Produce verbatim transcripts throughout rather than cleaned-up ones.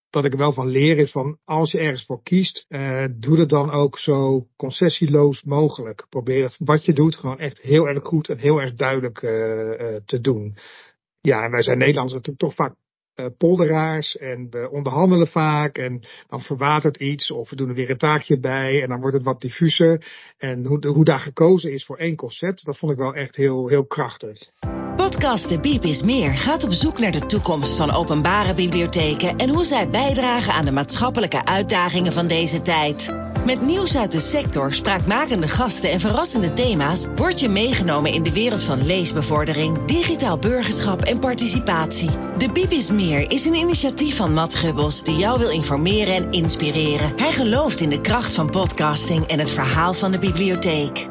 dat ik er wel van leer is van als je ergens voor kiest, uh, doe het dan ook zo concessieloos mogelijk. Probeer het wat je doet gewoon echt heel erg goed en heel erg duidelijk uh, uh, te doen. Ja, en wij zijn Nederlanders natuurlijk toch vaak uh, polderaars en we onderhandelen vaak en dan verwatert iets of we doen er weer een taakje bij en dan wordt het wat diffuser. En hoe, hoe daar gekozen is voor één concept, dat vond ik wel echt heel, heel krachtig. Podcast De Biep is Meer gaat op zoek naar de toekomst van openbare bibliotheken en hoe zij bijdragen aan de maatschappelijke uitdagingen van deze tijd. Met nieuws uit de sector, spraakmakende gasten en verrassende thema's word je meegenomen in de wereld van leesbevordering, digitaal burgerschap en participatie. De Biep is Meer is een initiatief van Matt Gubbels die jou wil informeren en inspireren. Hij gelooft in de kracht van podcasting en het verhaal van de bibliotheek.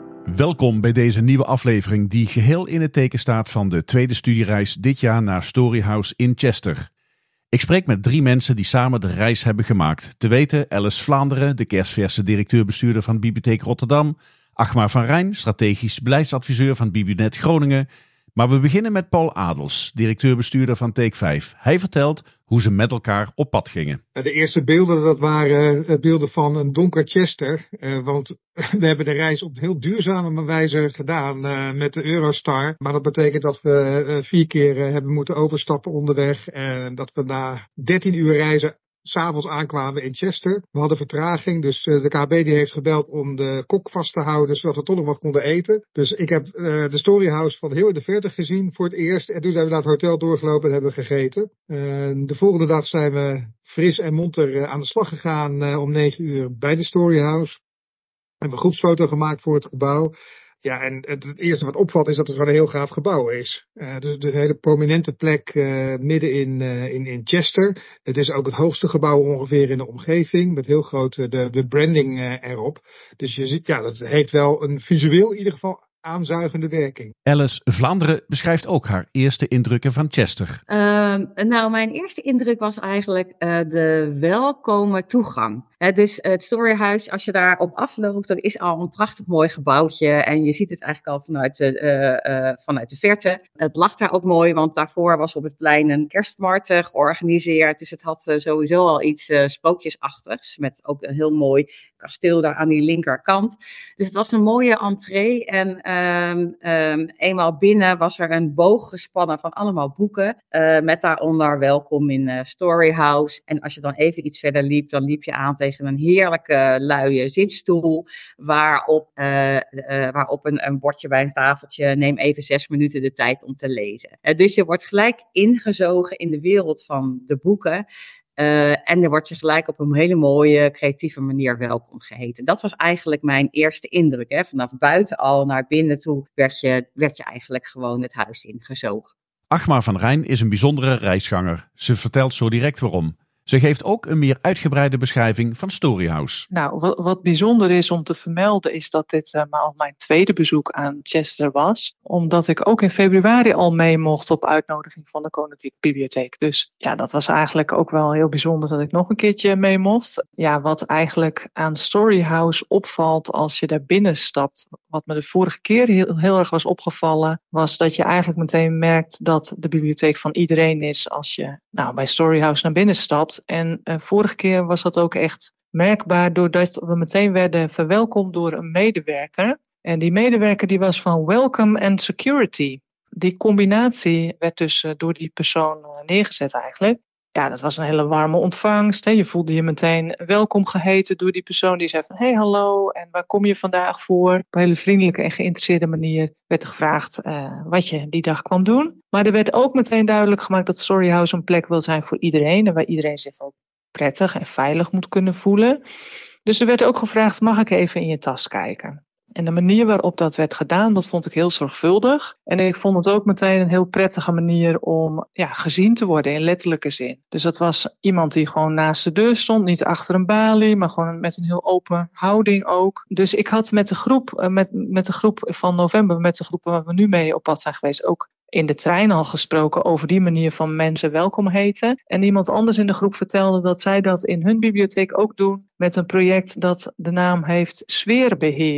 Welkom bij deze nieuwe aflevering die geheel in het teken staat van de tweede studiereis dit jaar naar Storyhouse in Chester. Ik spreek met drie mensen die samen de reis hebben gemaakt. Te weten Alice Vlaanderen, de kerstverse directeur-bestuurder van Bibliotheek Rotterdam, Achmar van Rijn, strategisch beleidsadviseur van Biblionet Groningen. Maar we beginnen met Paul Adels, directeur-bestuurder van Take vijf. Hij vertelt hoe ze met elkaar op pad gingen. De eerste beelden, dat waren beelden van een donker Chester. Uh, want we hebben de reis op heel duurzame wijze gedaan uh, met de Eurostar. Maar dat betekent dat we uh, vier keer uh, hebben moeten overstappen onderweg. En dat we na dertien uur reizen 's avonds aankwamen in Chester. We hadden vertraging, dus uh, de K B die heeft gebeld om de kok vast te houden, zodat we toch nog wat konden eten. Dus ik heb uh, de Storyhouse van heel in de verte gezien voor het eerst. En toen zijn we naar het hotel doorgelopen en hebben we gegeten. Uh, de volgende dag zijn we fris en monter uh, aan de slag gegaan uh, om negen uur bij de Storyhouse. We hebben een groepsfoto gemaakt voor het gebouw. Ja, en het eerste wat opvalt is dat het gewoon een heel gaaf gebouw is. Uh, dus een hele prominente plek uh, midden in, uh, in, in Chester. Het is ook het hoogste gebouw ongeveer in de omgeving. Met heel groot uh, de, de branding uh, erop. Dus je ziet, ja, dat heeft wel een visueel in ieder geval aanzuigende werking. Alice Vlaanderen beschrijft ook haar eerste indrukken van Chester. Uh, nou, mijn eerste indruk was eigenlijk uh, de welkome toegang. He, dus het Storyhouse, als je daarop afloopt, dat is al een prachtig mooi gebouwtje. En je ziet het eigenlijk al vanuit de, uh, uh, vanuit de verte. Het lag daar ook mooi, want daarvoor was op het plein een kerstmarkt uh, georganiseerd. Dus het had uh, sowieso al iets uh, spookjesachtigs. Met ook een heel mooi kasteel daar aan die linkerkant. Dus het was een mooie entree. En um, um, eenmaal binnen was er een boog gespannen van allemaal boeken. Uh, met daaronder welkom in uh, Storyhouse. En als je dan even iets verder liep, dan liep je aan tegen tegen een heerlijke luie zitstoel, waarop, uh, uh, waarop een, een bordje bij een tafeltje, neem even zes minuten de tijd om te lezen. Uh, dus je wordt gelijk ingezogen in de wereld van de boeken. Uh, en er wordt je gelijk op een hele mooie, creatieve manier welkom geheten. Dat was eigenlijk mijn eerste indruk. Hè. Vanaf buiten al naar binnen toe werd je, werd je eigenlijk gewoon het huis ingezogen. Achmar van Rijn is een bijzondere reisganger. Ze vertelt zo direct waarom. Ze geeft ook een meer uitgebreide beschrijving van Storyhouse. Nou, wat, wat bijzonder is om te vermelden is dat dit uh, al mijn tweede bezoek aan Chester was. Omdat ik ook in februari al mee mocht op uitnodiging van de Koninklijke Bibliotheek. Dus ja, dat was eigenlijk ook wel heel bijzonder dat ik nog een keertje mee mocht. Ja, wat eigenlijk aan Storyhouse opvalt als je daar binnen stapt. Wat me de vorige keer heel, heel erg was opgevallen, was dat je eigenlijk meteen merkt dat de bibliotheek van iedereen is als je nou, bij Storyhouse naar binnen stapt. En uh, vorige keer was dat ook echt merkbaar doordat we meteen werden verwelkomd door een medewerker. En die medewerker die was van Welcome and Security. Die combinatie werd dus uh, door die persoon uh, neergezet eigenlijk. Ja, dat was een hele warme ontvangst. Hè. Je voelde je meteen welkom geheten door die persoon die zei van hey, hallo en waar kom je vandaag voor? Op een hele vriendelijke en geïnteresseerde manier werd er gevraagd uh, wat je die dag kwam doen. Maar er werd ook meteen duidelijk gemaakt dat Storyhouse een plek wil zijn voor iedereen en waar iedereen zich ook prettig en veilig moet kunnen voelen. Dus er werd ook gevraagd, mag ik even in je tas kijken? En de manier waarop dat werd gedaan, dat vond ik heel zorgvuldig. En ik vond het ook meteen een heel prettige manier om ja, gezien te worden in letterlijke zin. Dus dat was iemand die gewoon naast de deur stond, niet achter een balie, maar gewoon met een heel open houding ook. Dus ik had met de groep, met, met de groep van november, met de groep waar we nu mee op pad zijn geweest, ook in de trein al gesproken over die manier van mensen welkom heten. En iemand anders in de groep vertelde dat zij dat in hun bibliotheek ook doen met een project dat de naam heeft Sfeerbeheer.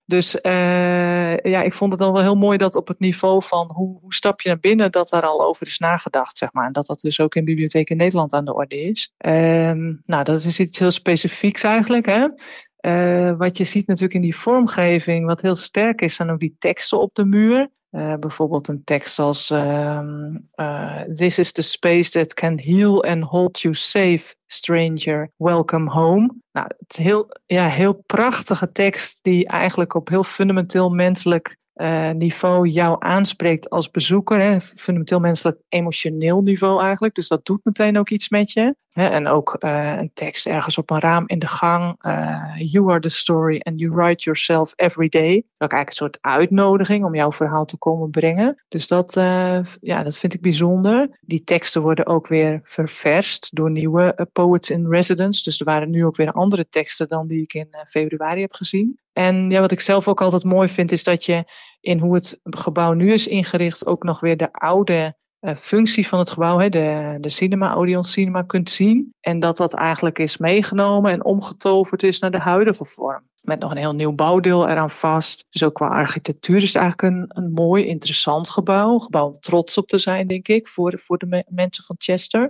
Dus uh, ja, ik vond het dan wel heel mooi dat op het niveau van hoe, hoe stap je naar binnen, dat daar al over is nagedacht, zeg maar. En dat dat dus ook in Bibliotheek in Nederland aan de orde is. Um, nou, dat is iets heel specifieks eigenlijk, hè. Uh, wat je ziet natuurlijk in die vormgeving, wat heel sterk is, zijn ook die teksten op de muur. Uh, bijvoorbeeld een tekst als um, uh, This is the space that can heal and hold you safe, stranger, welcome home. Nou, het is heel, ja, heel prachtige tekst die eigenlijk op heel fundamenteel menselijk uh, niveau jou aanspreekt als bezoeker. Hè? Fundamenteel menselijk emotioneel niveau eigenlijk. Dus dat doet meteen ook iets met je. Hè? En ook uh, een tekst ergens op een raam in de gang. Uh, you are the story and you write yourself every day. Dat is ook eigenlijk een soort uitnodiging om jouw verhaal te komen brengen. Dus dat, uh, ja, dat vind ik bijzonder. Die teksten worden ook weer ververst door nieuwe uh, poets in residence. Dus er waren nu ook weer andere teksten dan die ik in uh, februari heb gezien. En ja, wat ik zelf ook altijd mooi vind, is dat je in hoe het gebouw nu is ingericht ook nog weer de oude uh, functie van het gebouw, hè, de, de cinema, Odeon Cinema, kunt zien. En dat dat eigenlijk is meegenomen en omgetoverd is naar de huidige vorm. Met nog een heel nieuw bouwdeel eraan vast. Dus ook qua architectuur is het eigenlijk een, een mooi, interessant gebouw. Een gebouw om trots op te zijn, denk ik, voor, voor de me- mensen van Chester.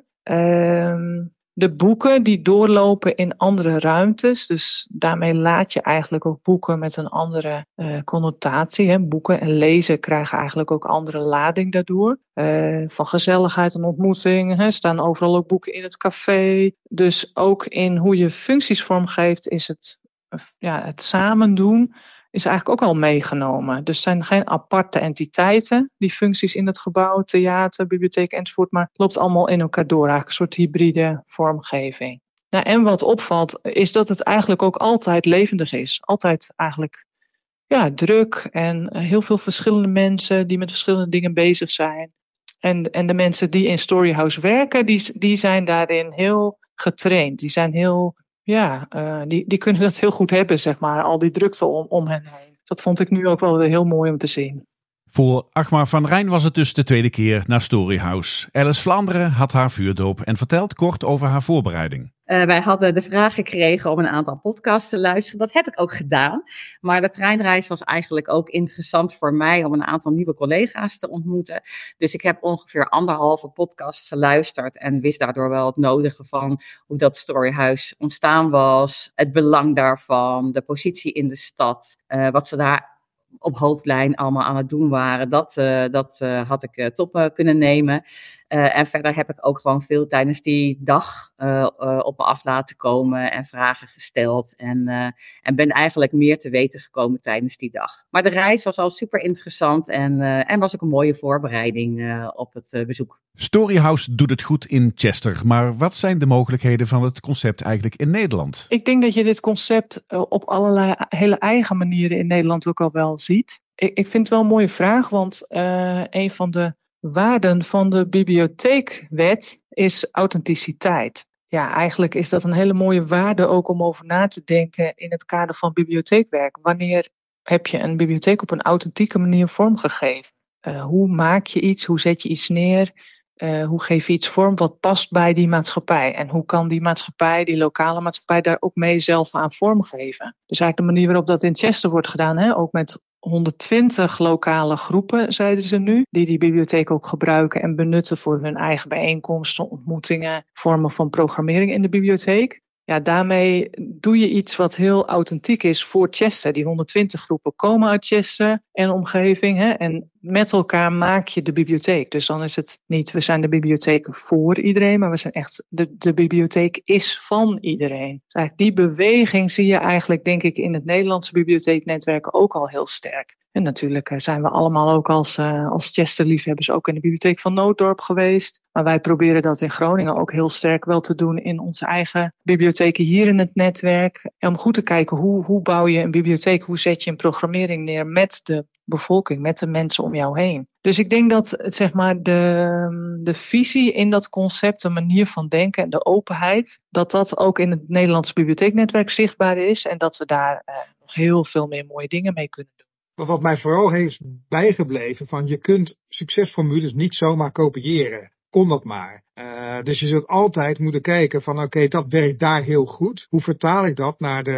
Um, De boeken die doorlopen in andere ruimtes. Dus daarmee laat je eigenlijk ook boeken met een andere uh, connotatie. Hè. Boeken en lezen krijgen eigenlijk ook andere lading daardoor. Uh, van gezelligheid en ontmoeting. Hè. Staan overal ook boeken in het café. Dus ook in hoe je functies vormgeeft is het, uh, ja, het samen doen is eigenlijk ook al meegenomen. Dus het zijn geen aparte entiteiten, die functies in het gebouw, theater, bibliotheek enzovoort, maar het loopt allemaal in elkaar door, eigenlijk een soort hybride vormgeving. Nou, en wat opvalt, is dat het eigenlijk ook altijd levendig is. Altijd eigenlijk ja, druk en heel veel verschillende mensen die met verschillende dingen bezig zijn. En, en de mensen die in Storyhouse werken, die, die zijn daarin heel getraind. Die zijn heel... Ja, uh, die, die kunnen dat heel goed hebben, zeg maar. Al die drukte om, om hen heen. Dat vond ik nu ook wel weer heel mooi om te zien. Voor Agmar van Rijn was het dus de tweede keer naar Storyhouse. Alice Vlaanderen had haar vuurdoop en vertelt kort over haar voorbereiding. Uh, wij hadden de vraag gekregen om een aantal podcasts te luisteren. Dat heb ik ook gedaan. Maar de treinreis was eigenlijk ook interessant voor mij om een aantal nieuwe collega's te ontmoeten. Dus ik heb ongeveer anderhalve podcast geluisterd en wist daardoor wel het nodige van hoe dat Storyhouse ontstaan was. Het belang daarvan, de positie in de stad, uh, wat ze daar op hoofdlijn allemaal aan het doen waren. Dat, uh, dat uh, had ik uh, top uh, kunnen nemen. Uh, en verder heb ik ook gewoon veel tijdens die dag uh, uh, op me af laten komen en vragen gesteld. En, uh, en ben eigenlijk meer te weten gekomen tijdens die dag. Maar de reis was al super interessant en, uh, en was ook een mooie voorbereiding uh, op het uh, bezoek. Storyhouse doet het goed in Chester, maar wat zijn de mogelijkheden van het concept eigenlijk in Nederland? Ik denk dat je dit concept uh, op allerlei hele eigen manieren in Nederland ook al wel ziet. Ik, ik vind het wel een mooie vraag, want uh, een van de waarden van de bibliotheekwet is authenticiteit. Ja, eigenlijk is dat een hele mooie waarde ook om over na te denken in het kader van bibliotheekwerk. Wanneer heb je een bibliotheek op een authentieke manier vormgegeven? Uh, hoe maak je iets? Hoe zet je iets neer? Uh, hoe geef je iets vorm wat past bij die maatschappij? En hoe kan die maatschappij, die lokale maatschappij, daar ook mee zelf aan vormgeven? Dus eigenlijk de manier waarop dat in Chester wordt gedaan, hè, ook met honderdtwintig lokale groepen, zeiden ze nu, die die bibliotheek ook gebruiken en benutten voor hun eigen bijeenkomsten, ontmoetingen, vormen van programmering in de bibliotheek. Ja, daarmee doe je iets wat heel authentiek is voor Chester. Die honderdtwintig groepen komen uit Chester en omgeving. Hè, en met elkaar maak je de bibliotheek. Dus dan is het niet, we zijn de bibliotheek voor iedereen, maar we zijn echt, de, de bibliotheek is van iedereen. Dus eigenlijk die beweging zie je eigenlijk, denk ik, in het Nederlandse bibliotheeknetwerk ook al heel sterk. En natuurlijk zijn we allemaal ook als, uh, als Chester-liefhebbers ook in de bibliotheek van Nooddorp geweest. Maar wij proberen dat in Groningen ook heel sterk wel te doen in onze eigen bibliotheken hier in het netwerk. En om goed te kijken hoe, hoe bouw je een bibliotheek, hoe zet je een programmering neer met de bevolking, met de mensen om jou heen. Dus ik denk dat zeg maar de, de visie in dat concept, de manier van denken en de openheid, dat dat ook in het Nederlandse bibliotheeknetwerk zichtbaar is en dat we daar uh, nog heel veel meer mooie dingen mee kunnen doen. Wat mij vooral heeft bijgebleven, van je kunt succesformules niet zomaar kopiëren. Kon dat maar. Uh, dus je zult altijd moeten kijken van oké, okay, dat werkt daar heel goed. Hoe vertaal ik dat naar de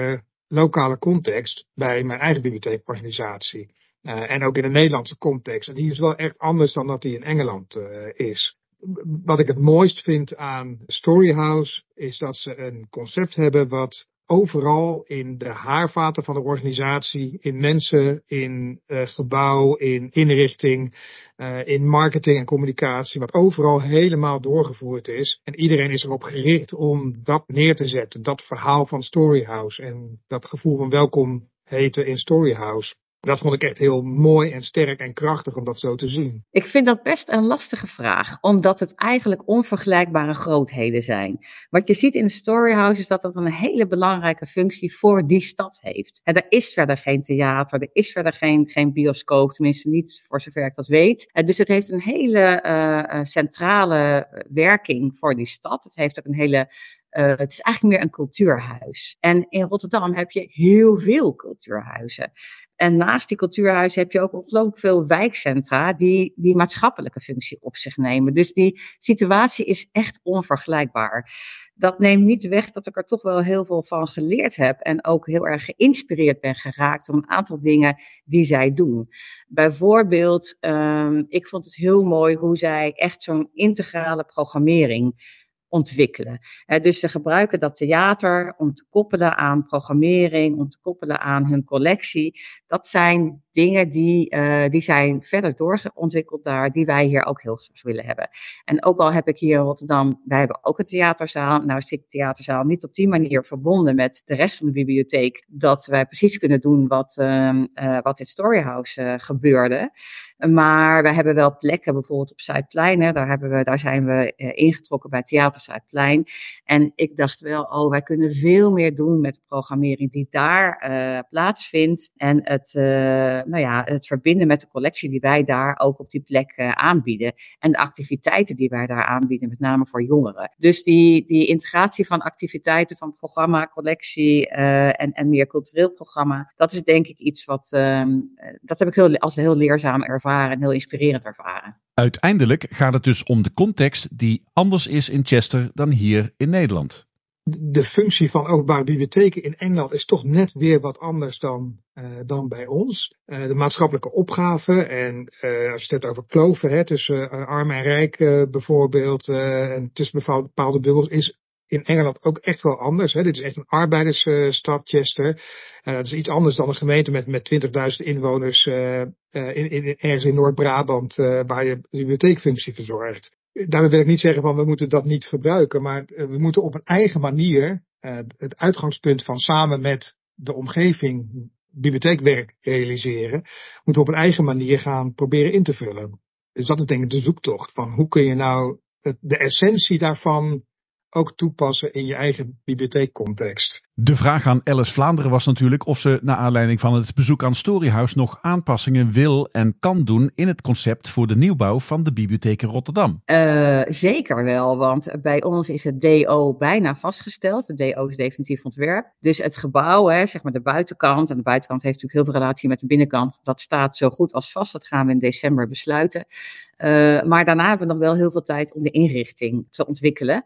lokale context bij mijn eigen bibliotheekorganisatie. Uh, en ook in de Nederlandse context. En die is wel echt anders dan dat die in Engeland uh, is. Wat ik het mooist vind aan Storyhouse is dat ze een concept hebben wat overal in de haarvaten van de organisatie, in mensen, in uh, gebouw, in inrichting, uh, in marketing en communicatie, wat overal helemaal doorgevoerd is. En iedereen is erop gericht om dat neer te zetten, dat verhaal van Storyhouse en dat gevoel van welkom heten in Storyhouse. Dat vond ik echt heel mooi en sterk en krachtig om dat zo te zien. Ik vind dat best een lastige vraag, omdat het eigenlijk onvergelijkbare grootheden zijn. Wat je ziet in de Storyhouse is dat dat een hele belangrijke functie voor die stad heeft. En er is verder geen theater, er is verder geen, geen bioscoop, tenminste niet voor zover ik dat weet. Dus het heeft een hele uh, centrale werking voor die stad. Het heeft ook een hele... Uh, het is eigenlijk meer een cultuurhuis. En in Rotterdam heb je heel veel cultuurhuizen. En naast die cultuurhuizen heb je ook ongelooflijk veel wijkcentra die die maatschappelijke functie op zich nemen. Dus die situatie is echt onvergelijkbaar. Dat neemt niet weg dat ik er toch wel heel veel van geleerd heb en ook heel erg geïnspireerd ben geraakt om een aantal dingen die zij doen. Bijvoorbeeld, um, ik vond het heel mooi hoe zij echt zo'n integrale programmering ontwikkelen. Uh, dus ze gebruiken dat theater om te koppelen aan programmering, om te koppelen aan hun collectie. Dat zijn dingen die, uh, die zijn verder doorontwikkeld daar, die wij hier ook heel graag willen hebben. En ook al heb ik hier in Rotterdam, wij hebben ook een theaterzaal. Nou zit de theaterzaal niet op die manier verbonden met de rest van de bibliotheek, dat wij precies kunnen doen wat, uh, uh, wat in Storyhouse uh, gebeurde. Maar wij hebben wel plekken, bijvoorbeeld op Zuidplein, hè, daar, hebben we, daar zijn we uh, ingetrokken bij Theater Zuidplein. En ik dacht wel, oh, wij kunnen veel meer doen met de programmering die daar uh, plaatsvindt. En het, uh, nou ja, het verbinden met de collectie die wij daar ook op die plek uh, aanbieden. En de activiteiten die wij daar aanbieden, met name voor jongeren. Dus die, die integratie van activiteiten, van programma, collectie uh, en, en meer cultureel programma, dat is denk ik iets wat, um, dat heb ik heel, als heel leerzaam ervaren en heel inspirerend ervaren. Uiteindelijk gaat het dus om de context die anders is in Chester dan hier in Nederland. De functie van openbare bibliotheken in Engeland is toch net weer wat anders dan, uh, dan bij ons. Uh, de maatschappelijke opgave en uh, als je het hebt over kloven, hè, tussen uh, arm en rijk uh, bijvoorbeeld, uh, en tussen bepaalde bubbels, is in Engeland ook echt wel anders. Hè. Dit is echt een arbeidersstad, Chester. Uh, dat is iets anders dan een gemeente met, met twintigduizend inwoners uh, uh, in, in, ergens in Noord-Brabant, uh, waar je de bibliotheekfunctie verzorgt. Daarmee wil ik niet zeggen van we moeten dat niet gebruiken, maar we moeten op een eigen manier uh, het uitgangspunt van samen met de omgeving bibliotheekwerk realiseren, moeten we op een eigen manier gaan proberen in te vullen. Dus dat is denk ik de zoektocht van hoe kun je nou het, de essentie daarvan ook toepassen in je eigen bibliotheekcontext. De vraag aan Alice Vlaanderen was natuurlijk of ze naar aanleiding van het bezoek aan Storyhouse nog aanpassingen wil en kan doen in het concept voor de nieuwbouw van de bibliotheek in Rotterdam. Uh, zeker wel, want bij ons is het D O bijna vastgesteld. De D O is definitief ontwerp. Dus het gebouw, hè, zeg maar de buitenkant, en de buitenkant heeft natuurlijk heel veel relatie met de binnenkant, dat staat zo goed als vast. Dat gaan we in december besluiten. Uh, maar daarna hebben we nog wel heel veel tijd om de inrichting te ontwikkelen.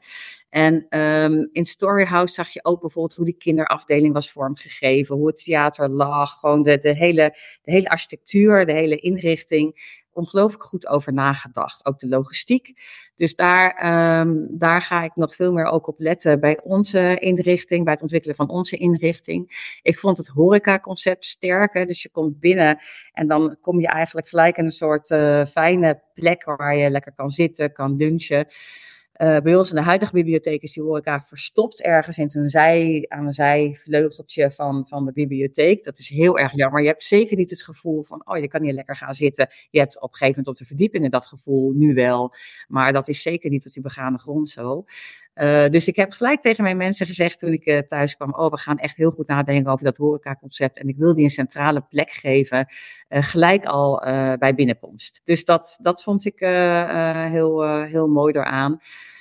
En um, in Storyhouse zag je ook bijvoorbeeld hoe die kinderafdeling was vormgegeven, hoe het theater lag, gewoon de, de, hele, de hele architectuur, de hele inrichting. Ongelooflijk goed over nagedacht. Ook de logistiek. Dus daar, um, daar ga ik nog veel meer ook op letten bij onze inrichting, bij het ontwikkelen van onze inrichting. Ik vond het horecaconcept sterk. Hè? Dus je komt binnen en dan kom je eigenlijk gelijk in een soort uh, fijne plek waar je lekker kan zitten, kan lunchen. Uh, bij ons in de huidige bibliotheek is die horeca verstopt ergens in een zij, aan een zijvleugeltje van, van de bibliotheek. Dat is heel erg jammer. Je hebt zeker niet het gevoel van, oh, je kan hier lekker gaan zitten. Je hebt op een gegeven moment op de verdiepingen dat gevoel, nu wel. Maar dat is zeker niet op die begane grond zo. Uh, dus ik heb gelijk tegen mijn mensen gezegd toen ik uh, thuis kwam, oh, we gaan echt heel goed nadenken over dat horecaconcept. En ik wil die een centrale plek geven, uh, gelijk al uh, bij binnenkomst. Dus dat, dat vond ik uh, uh, heel, uh, heel mooi eraan.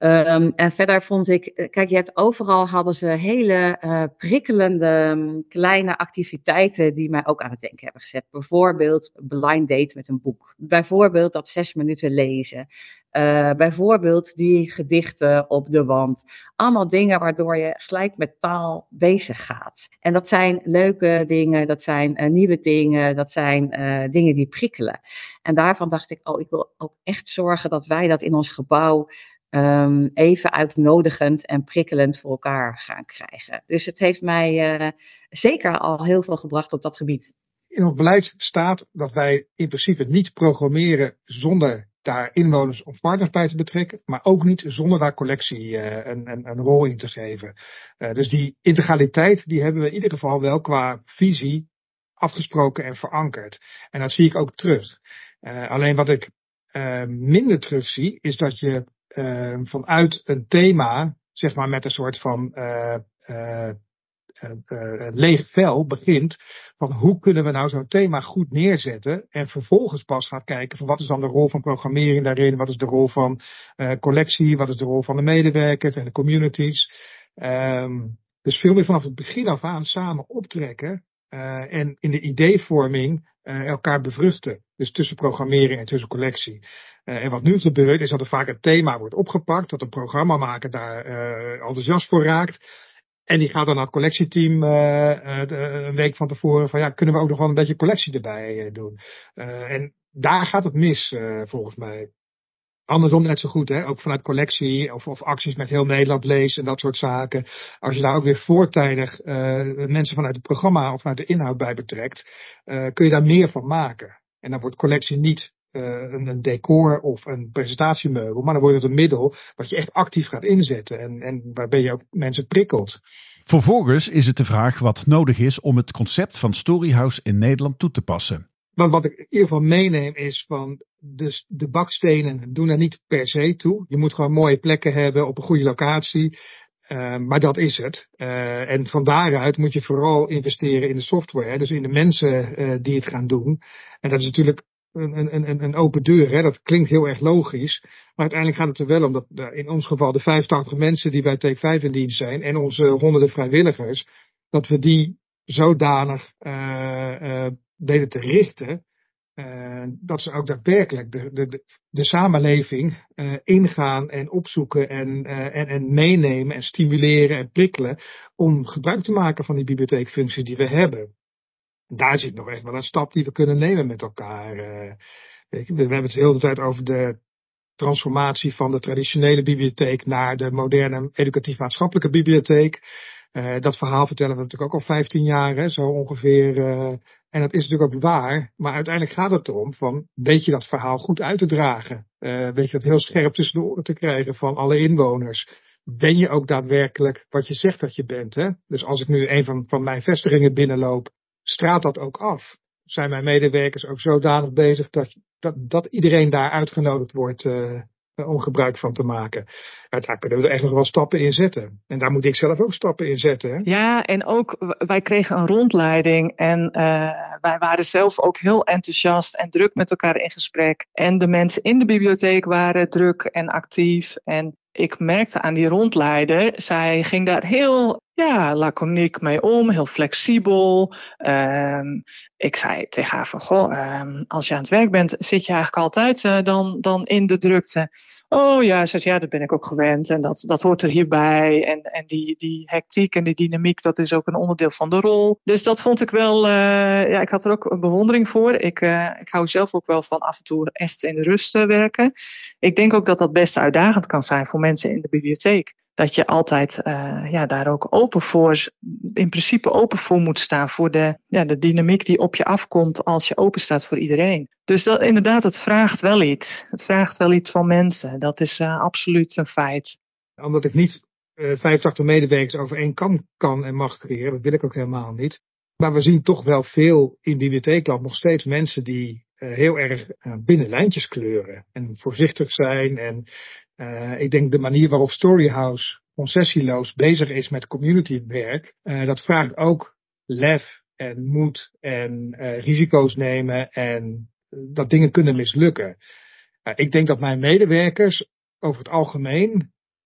Um, en verder vond ik, kijk, je hebt overal hadden ze hele uh, prikkelende um, kleine activiteiten die mij ook aan het denken hebben gezet. Bijvoorbeeld blind date met een boek. Bijvoorbeeld dat zes minuten lezen. Uh, bijvoorbeeld die gedichten op de wand. Allemaal dingen waardoor je gelijk met taal bezig gaat. En dat zijn leuke dingen, dat zijn uh, nieuwe dingen, dat zijn uh, dingen die prikkelen. En daarvan dacht ik, oh, ik wil ook echt zorgen dat wij dat in ons gebouw Um, even uitnodigend en prikkelend voor elkaar gaan krijgen. Dus het heeft mij uh, zeker al heel veel gebracht op dat gebied. In ons beleid staat dat wij in principe niet programmeren zonder daar inwoners of partners bij te betrekken, maar ook niet zonder daar collectie uh, een, een, een rol in te geven. Uh, dus die integraliteit die hebben we in ieder geval wel qua visie afgesproken en verankerd. En dat zie ik ook terug. Uh, alleen wat ik uh, minder terug zie, is dat je Uh, vanuit een thema, zeg maar met een soort van uh, uh, uh, uh, leeg vel begint, van hoe kunnen we nou zo'n thema goed neerzetten en vervolgens pas gaan kijken van wat is dan de rol van programmering daarin, wat is de rol van uh, collectie, wat is de rol van de medewerkers en de communities. Um, dus veel meer vanaf het begin af aan samen optrekken uh, en in de ideevorming uh, elkaar bevruchten. Dus tussen programmering en tussen collectie. Uh, en wat nu gebeurt is dat er vaak een thema wordt opgepakt, dat een programmamaker daar uh, enthousiast voor raakt. En die gaat dan naar het collectieteam uh, uh, de, een week van tevoren van ja, kunnen we ook nog wel een beetje collectie erbij uh, doen. Uh, en daar gaat het mis uh, volgens mij. Andersom net zo goed, hè? Ook vanuit collectie of, of acties met heel Nederland lezen en dat soort zaken. Als je daar ook weer voortijdig uh, mensen vanuit het programma of vanuit de inhoud bij betrekt, uh, kun je daar meer van maken. En dan wordt collectie niet uh, een, een decor of een presentatiemeubel, maar dan wordt het een middel wat je echt actief gaat inzetten en, en waarbij je ook mensen prikkelt. Vervolgens is het de vraag wat nodig is om het concept van Storyhouse in Nederland toe te passen. Want wat ik in ieder geval meeneem is van de, de bakstenen doen er niet per se toe. Je moet gewoon mooie plekken hebben op een goede locatie. Uh, maar dat is het. Uh, en van daaruit moet je vooral investeren in de software. Dus in de mensen uh, die het gaan doen. En dat is natuurlijk een, een, een open deur. Hè? Dat klinkt heel erg logisch. Maar uiteindelijk gaat het er wel om dat uh, in ons geval de vijfentachtig mensen die bij Take vijf in dienst zijn. En onze honderden vrijwilligers. Dat we die zodanig uh, uh, weten te richten. Uh, dat ze ook daadwerkelijk de, de, de, de samenleving uh, ingaan en opzoeken en, uh, en, en meenemen en stimuleren en prikkelen om gebruik te maken van die bibliotheekfuncties die we hebben. Daar zit nog echt wel een stap die we kunnen nemen met elkaar. Uh, weet je, we, we hebben het de hele tijd over de transformatie van de traditionele bibliotheek naar de moderne educatief-maatschappelijke bibliotheek. Uh, dat verhaal vertellen we natuurlijk ook al vijftien jaar, hè, zo ongeveer. Uh, en dat is natuurlijk ook waar. Maar uiteindelijk gaat het erom van, weet je dat verhaal goed uit te dragen? Uh, weet je dat heel scherp tussen de oren te krijgen van alle inwoners? Ben je ook daadwerkelijk wat je zegt dat je bent? Hè? Dus als ik nu een van, van mijn vestigingen binnenloop, straalt dat ook af? Zijn mijn medewerkers ook zodanig bezig dat, dat, dat iedereen daar uitgenodigd wordt uh, om gebruik van te maken? Ja, daar kunnen we er echt nog wel stappen in zetten. En daar moet ik zelf ook stappen in zetten. Hè? Ja, en ook wij kregen een rondleiding en uh, wij waren zelf ook heel enthousiast en druk met elkaar in gesprek. En de mensen in de bibliotheek waren druk en actief. En ik merkte aan die rondleider, zij ging daar heel ja, laconiek mee om, heel flexibel. Um, ik zei tegen haar van, goh, um, als je aan het werk bent, zit je eigenlijk altijd uh, dan, dan in de drukte. Oh ja, zei, ja, dat ben ik ook gewend en dat, dat hoort er hierbij. En, en die, die hectiek en die dynamiek, dat is ook een onderdeel van de rol. Dus dat vond ik wel, uh, ja, ik had er ook een bewondering voor. Ik, uh, ik hou zelf ook wel van af en toe echt in de rust uh, werken. Ik denk ook dat dat best uitdagend kan zijn voor mensen in de bibliotheek. Dat je altijd uh, ja, daar ook open voor, in principe open voor moet staan. Voor de, ja, de dynamiek die op je afkomt als je open staat voor iedereen. Dus dat, inderdaad, het vraagt wel iets. Het vraagt wel iets van mensen. Dat is uh, absoluut een feit. Omdat ik niet uh, vijfentachtig medewerkers over één kam kan en mag creëren. Dat wil ik ook helemaal niet. Maar we zien toch wel veel in bibliotheekland nog steeds mensen die uh, heel erg uh, binnen lijntjes kleuren. En voorzichtig zijn en... Uh, ik denk de manier waarop Storyhouse concessieloos bezig is met communitywerk, uh, dat vraagt ook lef en moed en uh, risico's nemen en uh, dat dingen kunnen mislukken. Uh, ik denk dat mijn medewerkers over het algemeen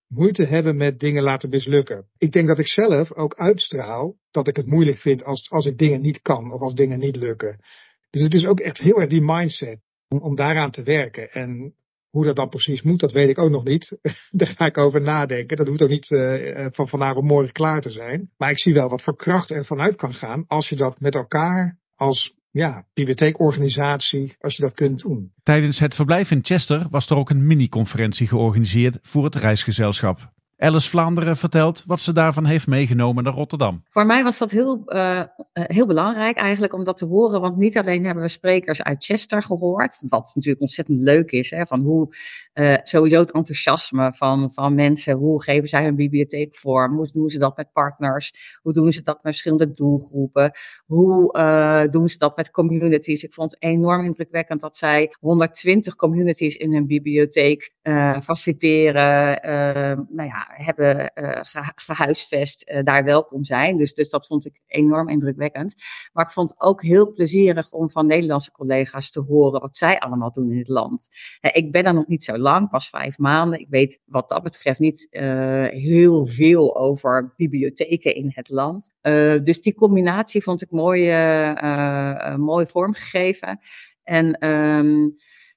moeite hebben met dingen laten mislukken. Ik denk dat ik zelf ook uitstraal dat ik het moeilijk vind als, als ik dingen niet kan of als dingen niet lukken. Dus het is ook echt heel erg die mindset om, om daaraan te werken. En hoe dat dan precies moet, dat weet ik ook nog niet. Daar ga ik over nadenken. Dat hoeft ook niet uh, van vandaag op morgen klaar te zijn. Maar ik zie wel wat voor kracht er vanuit kan gaan als je dat met elkaar als ja, bibliotheekorganisatie, als je dat kunt doen. Tijdens het verblijf in Chester was er ook een mini-conferentie georganiseerd voor het reisgezelschap. Alice Vlaanderen vertelt wat ze daarvan heeft meegenomen naar Rotterdam. Voor mij was dat heel, uh, heel belangrijk eigenlijk om dat te horen. Want niet alleen hebben we sprekers uit Chester gehoord. Wat natuurlijk ontzettend leuk is. Hè, van hoe uh, sowieso het enthousiasme van, van mensen. Hoe geven zij hun bibliotheek vorm? Hoe doen ze dat met partners? Hoe doen ze dat met verschillende doelgroepen? Hoe uh, doen ze dat met communities? Ik vond het enorm indrukwekkend dat zij honderdtwintig communities in hun bibliotheek uh, faciliteren. Uh, nou ja, hebben uh, gehuisvest, uh, daar welkom zijn. Dus, dus dat vond ik enorm indrukwekkend. Maar ik vond het ook heel plezierig om van Nederlandse collega's te horen wat zij allemaal doen in het land. Uh, ik ben er nog niet zo lang, pas vijf maanden. Ik weet wat dat betreft niet uh, heel veel over bibliotheken in het land. Uh, dus die combinatie vond ik mooi, uh, uh, mooi vormgegeven. En um,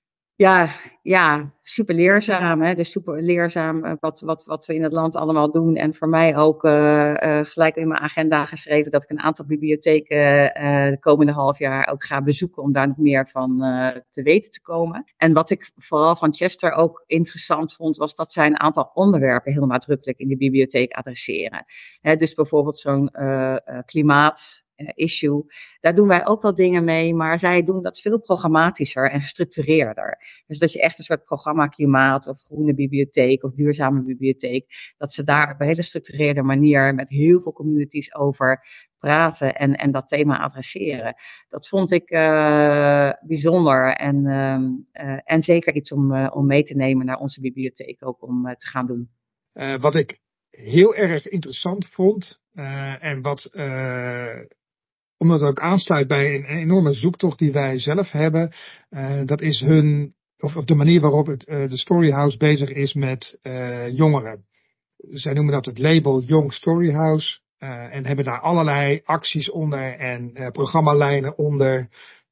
Ja, ja, super leerzaam. Hè? Dus super leerzaam wat, wat, wat we in het land allemaal doen. En voor mij ook uh, uh, gelijk in mijn agenda geschreven dat ik een aantal bibliotheken uh, de komende half jaar ook ga bezoeken om daar nog meer van uh, te weten te komen. En wat ik vooral van Chester ook interessant vond, was dat zij een aantal onderwerpen heel nadrukkelijk in de bibliotheek adresseren. Hè? Dus bijvoorbeeld zo'n uh, uh, klimaat. issue. Daar doen wij ook wel dingen mee, maar zij doen dat veel programmatischer en gestructureerder. Dus dat je echt een soort programma klimaat of groene bibliotheek of duurzame bibliotheek, dat ze daar op een hele gestructureerde manier met heel veel communities over praten en, en dat thema adresseren. Dat vond ik uh, bijzonder en, uh, uh, en zeker iets om, uh, om mee te nemen naar onze bibliotheek ook om uh, te gaan doen. Uh, wat ik heel erg interessant vond uh, en wat uh, omdat het ook aansluit bij een enorme zoektocht die wij zelf hebben. Uh, dat is hun, of, of de manier waarop het, uh, de Storyhouse bezig is met uh, jongeren. Zij noemen dat het label Young Storyhouse. Uh, en hebben daar allerlei acties onder en uh, programmalijnen onder.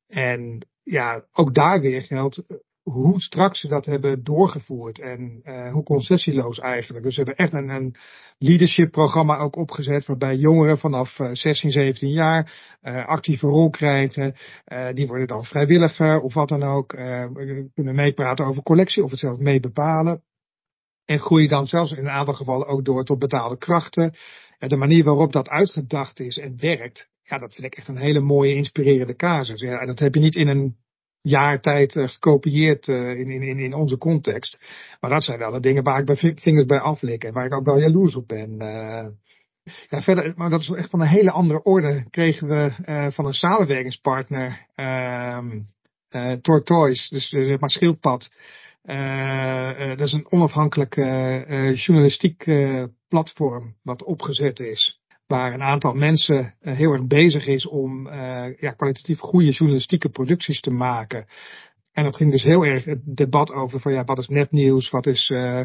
En ja, ook daar weer geldt hoe strak ze dat hebben doorgevoerd en uh, hoe concessieloos eigenlijk. Dus ze hebben echt een, een leadership programma ook opgezet waarbij jongeren vanaf uh, zestien, zeventien jaar uh, actieve rol krijgen. Uh, die worden dan vrijwilliger of wat dan ook. Uh, kunnen meepraten over collectie of het zelfs mee bepalen. En groeien dan zelfs in een aantal gevallen ook door tot betaalde krachten. En de manier waarop dat uitgedacht is en werkt, ja, dat vind ik echt een hele mooie, inspirerende casus. Ja, en dat heb je niet in een jaar tijd uh, gekopieerd uh, in, in, in onze context. Maar dat zijn wel de dingen waar ik bij vingers bij aflik en waar ik ook wel jaloers op ben. Uh, ja, verder, maar dat is echt van een hele andere orde. Kregen we uh, van een samenwerkingspartner, uh, uh, Tortoise, dus uh, zeg maar Schildpad. Uh, uh, dat is een onafhankelijk uh, uh, journalistiek uh, platform wat opgezet is. Waar een aantal mensen uh, heel erg bezig is om uh, ja, kwalitatief goede journalistieke producties te maken. En dat ging dus heel erg het debat over van ja, wat is nepnieuws, wat is uh,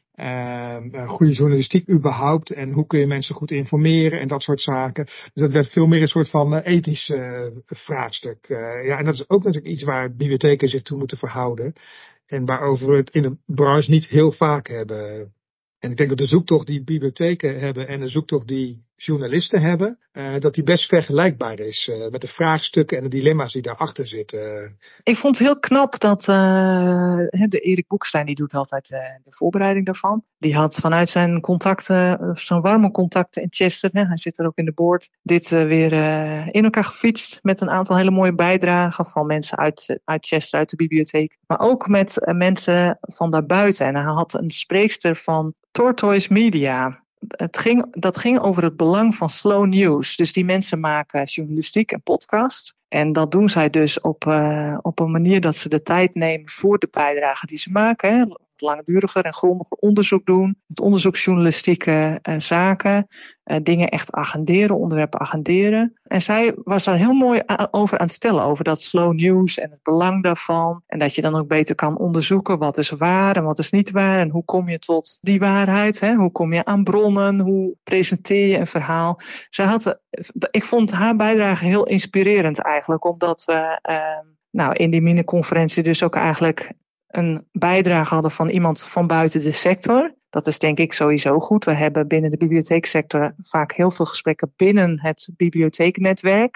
uh, goede journalistiek überhaupt en hoe kun je mensen goed informeren en dat soort zaken. Dus dat werd veel meer een soort van uh, ethisch uh, vraagstuk. Uh, ja, en dat is ook natuurlijk iets waar bibliotheken zich toe moeten verhouden. En waarover we het in de branche niet heel vaak hebben. En ik denk dat de zoektocht die bibliotheken hebben en de zoektocht die journalisten hebben, uh, dat die best vergelijkbaar is uh, met de vraagstukken en de dilemma's die daarachter zitten. Ik vond het heel knap dat uh, de Erik Boekstein, die doet altijd uh, de voorbereiding daarvan. Die had vanuit zijn contacten, zijn warme contacten in Chester, hè, hij zit er ook in de board, dit uh, weer uh, in elkaar gefietst met een aantal hele mooie bijdragen van mensen uit, uit Chester, uit de bibliotheek. Maar ook met uh, mensen van daarbuiten. En hij had een spreekster van Tortoise Media. Het ging, dat ging over het belang van slow news. Dus die mensen maken journalistiek en podcast. En dat doen zij dus op, uh, op een manier dat ze de tijd nemen voor de bijdrage die ze maken. Hè. wat langduriger en grondiger onderzoek doen. Met onderzoeksjournalistieke uh, zaken. Uh, dingen echt agenderen, onderwerpen agenderen. En zij was daar heel mooi a- over aan het vertellen. Over dat slow news en het belang daarvan. En dat je dan ook beter kan onderzoeken wat is waar en wat is niet waar. En hoe kom je tot die waarheid. Hè? Hoe kom je aan bronnen. Hoe presenteer je een verhaal. Zij had, ik vond haar bijdrage heel inspirerend eigenlijk. Omdat we uh, nou, in die mini-conferentie dus ook eigenlijk een bijdrage hadden van iemand van buiten de sector. Dat is denk ik sowieso goed. We hebben binnen de bibliotheeksector vaak heel veel gesprekken binnen het bibliotheeknetwerk.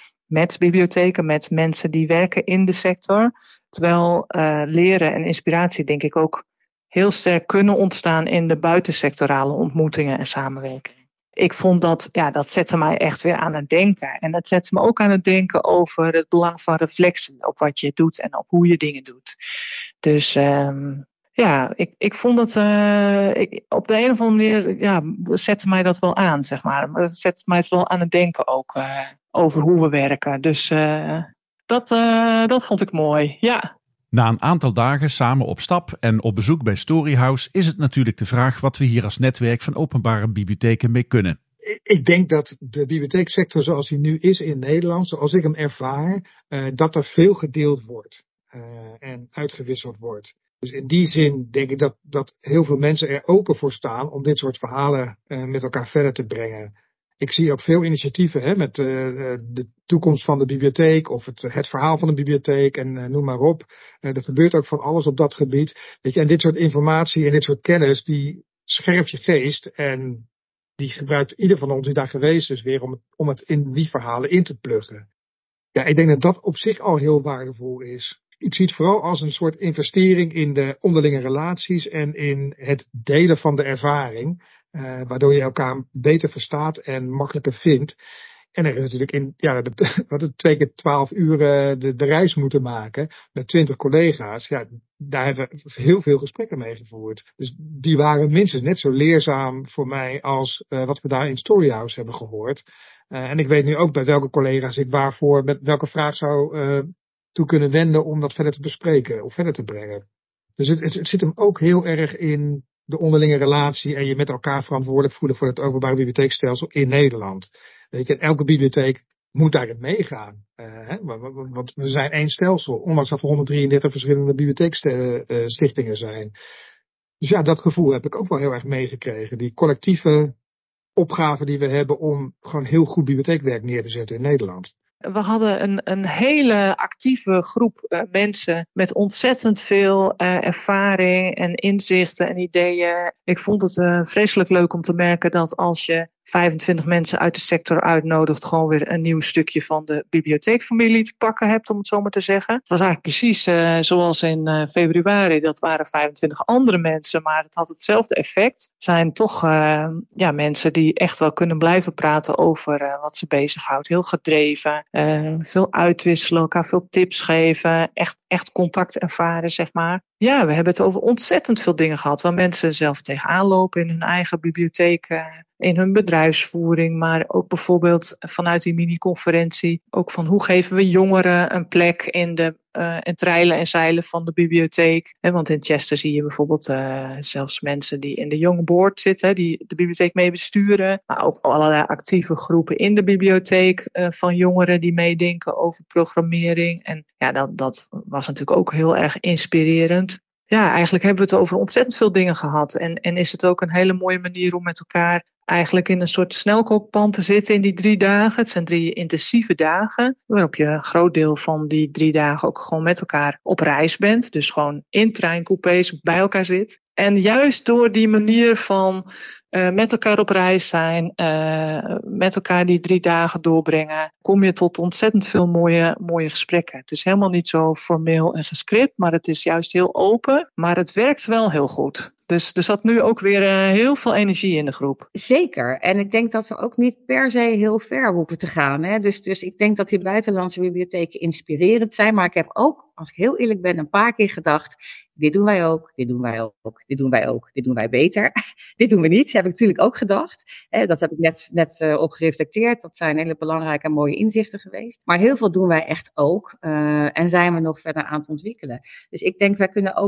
Met bibliotheken, met mensen die werken in de sector. Terwijl uh, leren en inspiratie denk ik ook heel sterk kunnen ontstaan in de buitensectorale ontmoetingen en samenwerking. Ik vond dat, ja, dat zette mij echt weer aan het denken. En dat zette me ook aan het denken over het belang van reflectie op wat je doet en op hoe je dingen doet. Dus um, ja, ik, ik vond dat uh, ik, op de een of andere manier ja, zette mij dat wel aan, zeg maar. Maar het zette mij het wel aan het denken ook uh, over hoe we werken. Dus uh, dat, uh, dat vond ik mooi, ja. Na een aantal dagen samen op stap en op bezoek bij Storyhouse is het natuurlijk de vraag wat we hier als netwerk van openbare bibliotheken mee kunnen. Ik denk dat de bibliotheeksector zoals die nu is in Nederland, zoals ik hem ervaar, uh, dat er veel gedeeld wordt uh, en uitgewisseld wordt. Dus in die zin denk ik dat, dat heel veel mensen er open voor staan om dit soort verhalen uh, met elkaar verder te brengen. Ik zie ook veel initiatieven hè, met uh, de toekomst van de bibliotheek of het, het verhaal van de bibliotheek en uh, noem maar op. Uh, er gebeurt ook van alles op dat gebied. Weet je, en dit soort informatie en dit soort kennis, die scherpt je geest en die gebruikt ieder van ons die daar geweest is weer om het, om het in die verhalen in te pluggen. Ja, ik denk dat dat op zich al heel waardevol is. Ik zie het vooral als een soort investering in de onderlinge relaties en in het delen van de ervaring. Uh, waardoor je elkaar beter verstaat en makkelijker vindt. En er is natuurlijk in, ja, de, wat het twee keer twaalf uur uh, de, de reis moeten maken met twintig collega's. Ja, daar hebben we heel veel gesprekken mee gevoerd. Dus die waren minstens net zo leerzaam voor mij als uh, wat we daar in Storyhouse hebben gehoord. Uh, en ik weet nu ook bij welke collega's ik waarvoor met welke vraag zou uh, toe kunnen wenden om dat verder te bespreken of verder te brengen. Dus het, het, het zit hem ook heel erg in de onderlinge relatie en je met elkaar verantwoordelijk voelen voor het openbare bibliotheekstelsel in Nederland. Weet je, elke bibliotheek moet daarin meegaan. Uh, hè? Want we zijn één stelsel, ondanks dat er honderddrieëndertig verschillende bibliotheekstichtingen zijn. Dus ja, dat gevoel heb ik ook wel heel erg meegekregen. Die collectieve opgave die we hebben om gewoon heel goed bibliotheekwerk neer te zetten in Nederland. We hadden een, een hele actieve groep uh, mensen met ontzettend veel uh, ervaring en inzichten en ideeën. Ik vond het uh, vreselijk leuk om te merken dat als je vijfentwintig mensen uit de sector uitnodigt, gewoon weer een nieuw stukje van de bibliotheekfamilie te pakken hebt, om het zo maar te zeggen. Het was eigenlijk precies uh, zoals in uh, februari. Dat waren vijfentwintig andere mensen, maar het had hetzelfde effect. Het zijn toch uh, ja, mensen die echt wel kunnen blijven praten over uh, wat ze bezighoudt. Heel gedreven, uh, veel uitwisselen, elkaar veel tips geven, echt, echt contact ervaren, zeg maar. Ja, we hebben het over ontzettend veel dingen gehad waar mensen zelf tegenaan lopen in hun eigen bibliotheek, uh, in hun bedrijfsvoering, maar ook bijvoorbeeld vanuit die mini-conferentie ook van hoe geven we jongeren een plek in de uh, in het reilen en zeilen van de bibliotheek. He, want in Chester zie je bijvoorbeeld uh, zelfs mensen die in de young board zitten, die de bibliotheek mee besturen, maar ook allerlei actieve groepen in de bibliotheek uh, van jongeren die meedenken over programmering. En ja, dat, dat was natuurlijk ook heel erg inspirerend. Ja, eigenlijk hebben we het over ontzettend veel dingen gehad. En, en is het ook een hele mooie manier om met elkaar eigenlijk in een soort snelkookpan te zitten in die drie dagen. Het zijn drie intensieve dagen, waarop je een groot deel van die drie dagen ook gewoon met elkaar op reis bent. Dus gewoon in treincoupés bij elkaar zit. En juist door die manier van uh, met elkaar op reis zijn, uh, met elkaar die drie dagen doorbrengen, kom je tot ontzettend veel mooie, mooie gesprekken. Het is helemaal niet zo formeel en gescript, maar het is juist heel open. Maar het werkt wel heel goed. Dus er zat nu ook weer uh, heel veel energie in de groep. Zeker. En ik denk dat we ook niet per se heel ver hoeven te gaan. Hè? Dus, dus ik denk dat die buitenlandse bibliotheken inspirerend zijn. Maar ik heb ook, als ik heel eerlijk ben, een paar keer gedacht, dit doen wij ook, dit doen wij ook, dit doen wij ook, dit doen wij beter. Dit doen we niet, dat heb ik natuurlijk ook gedacht. Eh, dat heb ik net, net uh, op gereflecteerd. Dat zijn hele belangrijke en mooie inzichten geweest. Maar heel veel doen wij echt ook. Uh, en zijn we nog verder aan het ontwikkelen. Dus ik denk, wij kunnen ook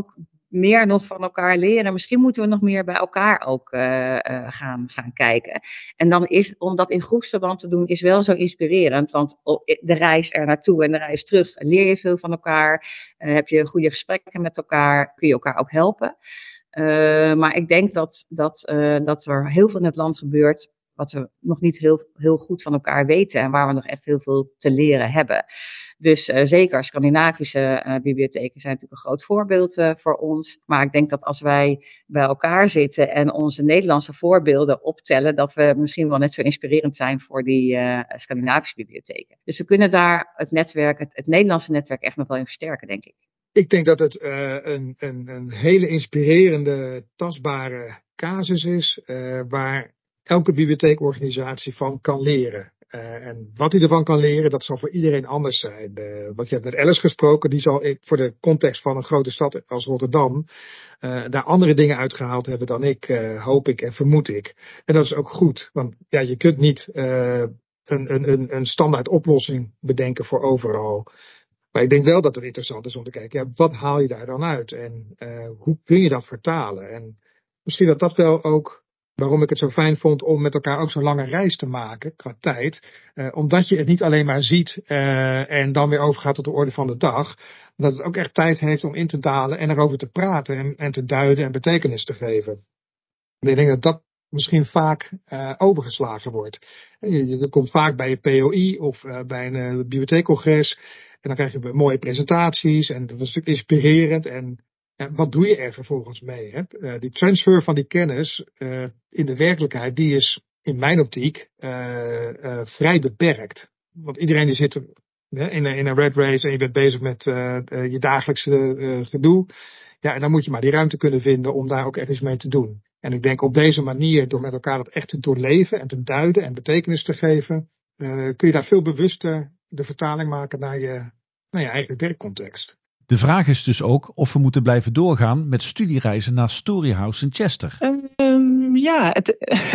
meer nog van elkaar leren. Misschien moeten we nog meer bij elkaar ook uh, uh, gaan, gaan kijken. En dan is, om dat in groepsverband te doen, is wel zo inspirerend. Want de reis er naartoe en de reis terug, leer je veel van elkaar. Uh, heb je goede gesprekken met elkaar, kun je elkaar ook helpen. Uh, maar ik denk dat, dat, uh, dat er heel veel in het land gebeurt wat we nog niet heel, heel goed van elkaar weten en waar we nog echt heel veel te leren hebben. Dus uh, zeker Scandinavische uh, bibliotheken zijn natuurlijk een groot voorbeeld uh, voor ons. Maar ik denk dat als wij bij elkaar zitten en onze Nederlandse voorbeelden optellen, dat we misschien wel net zo inspirerend zijn voor die uh, Scandinavische bibliotheken. Dus we kunnen daar het netwerk, het, het Nederlandse netwerk echt nog wel in versterken, denk ik. Ik denk dat het uh, een, een, een hele inspirerende, tastbare casus is, uh, waar elke bibliotheekorganisatie van kan leren. Uh, en wat hij ervan kan leren, dat zal voor iedereen anders zijn. Uh, wat je hebt met Alice gesproken, die zal voor de context van een grote stad als Rotterdam uh, daar andere dingen uitgehaald hebben dan ik, uh, hoop ik en vermoed ik. En dat is ook goed, want ja, je kunt niet uh, een, een, een standaard oplossing bedenken voor overal. Maar ik denk wel dat het interessant is om te kijken, ja, wat haal je daar dan uit? En uh, hoe kun je dat vertalen? En misschien dat dat wel ook waarom ik het zo fijn vond om met elkaar ook zo'n lange reis te maken qua tijd. Uh, omdat je het niet alleen maar ziet uh, en dan weer overgaat tot de orde van de dag. Dat het ook echt tijd heeft om in te dalen en erover te praten en, en te duiden en betekenis te geven. En ik denk dat dat misschien vaak uh, overgeslagen wordt. Je, je komt vaak bij je P O I of uh, bij een uh, bibliotheekcongres. En dan krijg je mooie presentaties en dat is natuurlijk inspirerend. En ja, wat doe je er vervolgens mee? Hè? Uh, die transfer van die kennis uh, in de werkelijkheid, die is in mijn optiek uh, uh, vrij beperkt. Want iedereen die zit uh, in, in een red race en je bent bezig met uh, uh, je dagelijkse uh, gedoe. Ja, en dan moet je maar die ruimte kunnen vinden om daar ook echt iets mee te doen. En ik denk op deze manier, door met elkaar dat echt te doorleven en te duiden en betekenis te geven, uh, kun je daar veel bewuster de vertaling maken naar je, naar je eigen werkcontext. De vraag is dus ook of we moeten blijven doorgaan met studiereizen naar Storyhouse in Chester. Um, ja, het,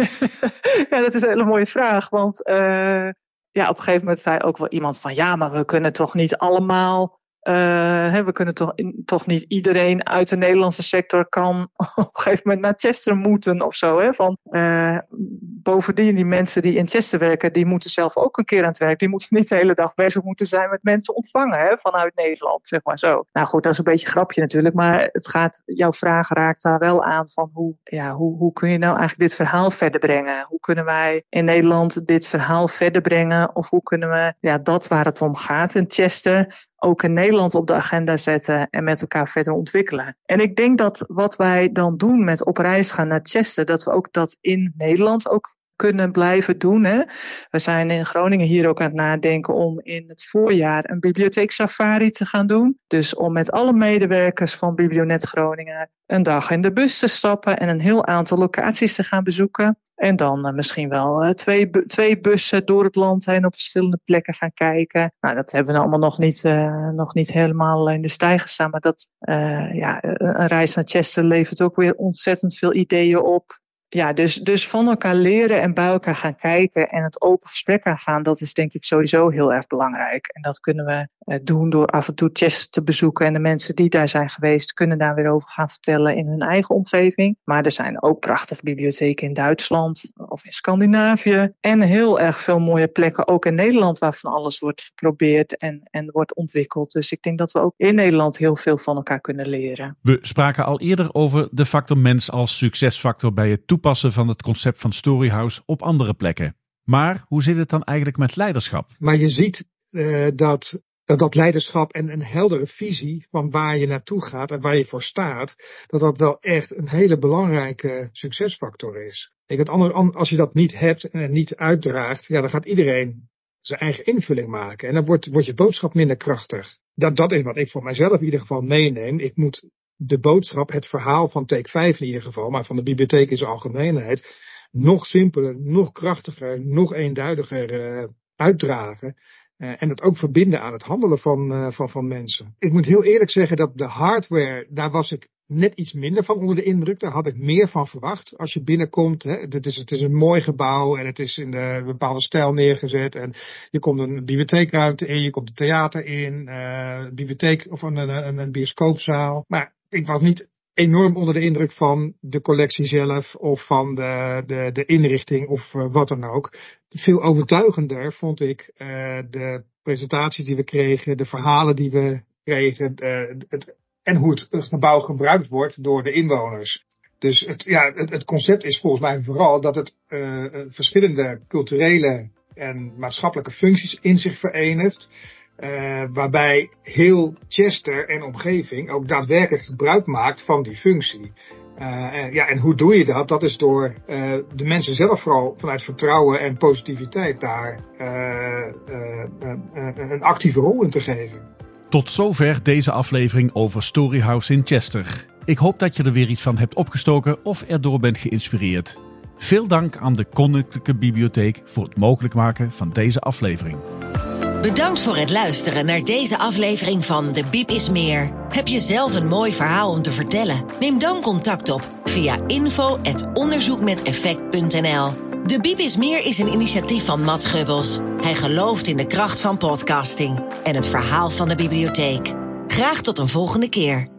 ja, dat is een hele mooie vraag. Want uh, ja, op een gegeven moment zei ook wel iemand van ja, maar we kunnen toch niet allemaal... Uh, hè, we kunnen toch, toch niet iedereen uit de Nederlandse sector kan op een gegeven moment naar Chester moeten of zo. Hè? Van, uh, bovendien, die mensen die in Chester werken, die moeten zelf ook een keer aan het werk. Die moeten niet de hele dag bezig moeten zijn met mensen ontvangen, hè, vanuit Nederland, zeg maar zo. Nou goed, dat is een beetje een grapje natuurlijk, maar het gaat, jouw vraag raakt daar wel aan van hoe, ja, hoe, hoe kun je nou eigenlijk dit verhaal verder brengen? Hoe kunnen wij in Nederland dit verhaal verder brengen? Of hoe kunnen we, ja, dat waar het om gaat in Chester, ook in Nederland op de agenda zetten en met elkaar verder ontwikkelen. En ik denk dat wat wij dan doen met op reis gaan naar Chester, dat we ook dat in Nederland ook kunnen blijven doen. Hè? We zijn in Groningen hier ook aan het nadenken om in het voorjaar een bibliotheeksafari te gaan doen. Dus om met alle medewerkers van Biblionet Groningen een dag in de bus te stappen en een heel aantal locaties te gaan bezoeken. En dan uh, misschien wel uh, twee, bu- twee bussen door het land heen op verschillende plekken gaan kijken. Nou, dat hebben we allemaal nog niet, uh, nog niet helemaal in de stijger staan. Maar dat, uh, ja, een reis naar Chester levert ook weer ontzettend veel ideeën op. Ja, dus, dus van elkaar leren en bij elkaar gaan kijken en het open gesprek aangaan, dat is denk ik sowieso heel erg belangrijk. En dat kunnen we uh, doen door af en toe Chester te bezoeken en de mensen die daar zijn geweest kunnen daar weer over gaan vertellen in hun eigen omgeving. Maar er zijn ook prachtige bibliotheken in Duitsland of in Scandinavië en heel erg veel mooie plekken ook in Nederland waar van alles wordt geprobeerd en, en wordt ontwikkeld. Dus ik denk dat we ook in Nederland heel veel van elkaar kunnen leren. We spraken al eerder over de factor mens als succesfactor bij het toepassen van het concept van Storyhouse op andere plekken. Maar hoe zit het dan eigenlijk met leiderschap? Maar je ziet uh, dat, dat dat leiderschap en een heldere visie van waar je naartoe gaat en waar je voor staat, dat dat wel echt een hele belangrijke succesfactor is. Ik het andere, als je dat niet hebt en niet uitdraagt, ja, dan gaat iedereen zijn eigen invulling maken. En dan wordt, wordt je boodschap minder krachtig. Dat, dat is wat ik voor mijzelf in ieder geval meeneem. Ik moet de boodschap, het verhaal van Take vijf in ieder geval, maar van de bibliotheek in zijn algemeenheid, nog simpeler, nog krachtiger, nog eenduidiger uh, uitdragen. Uh, en dat ook verbinden aan het handelen van, uh, van, van mensen. Ik moet heel eerlijk zeggen dat de hardware, daar was ik net iets minder van onder de indruk. Daar had ik meer van verwacht. Als je binnenkomt, hè, het, is, het is een mooi gebouw en het is in de, een bepaalde stijl neergezet. En je komt een bibliotheekruimte in, je komt een theater in, uh, een bibliotheek of een, een, een bioscoopzaal. Maar ik was niet enorm onder de indruk van de collectie zelf of van de, de, de inrichting of uh, wat dan ook. Veel overtuigender vond ik uh, de presentaties die we kregen, de verhalen die we kregen uh, het, en hoe het, het gebouw gebruikt wordt door de inwoners. Dus het, ja, het, het concept is volgens mij vooral dat het uh, verschillende culturele en maatschappelijke functies in zich verenigt. Uh, waarbij heel Chester en omgeving ook daadwerkelijk gebruik maakt van die functie. Uh, en, ja, en hoe doe je dat? Dat is door uh, de mensen zelf vooral vanuit vertrouwen en positiviteit daar uh, uh, uh, een actieve rol in te geven. Tot zover deze aflevering over Storyhouse in Chester. Ik hoop dat je er weer iets van hebt opgestoken of erdoor bent geïnspireerd. Veel dank aan de Koninklijke Bibliotheek voor het mogelijk maken van deze aflevering. Bedankt voor het luisteren naar deze aflevering van De Biep is Meer. Heb je zelf een mooi verhaal om te vertellen? Neem dan contact op via info at onderzoekmeteffect punt n l. De Biep is Meer is een initiatief van Matt Gubbels. Hij gelooft in de kracht van podcasting en het verhaal van de bibliotheek. Graag tot een volgende keer.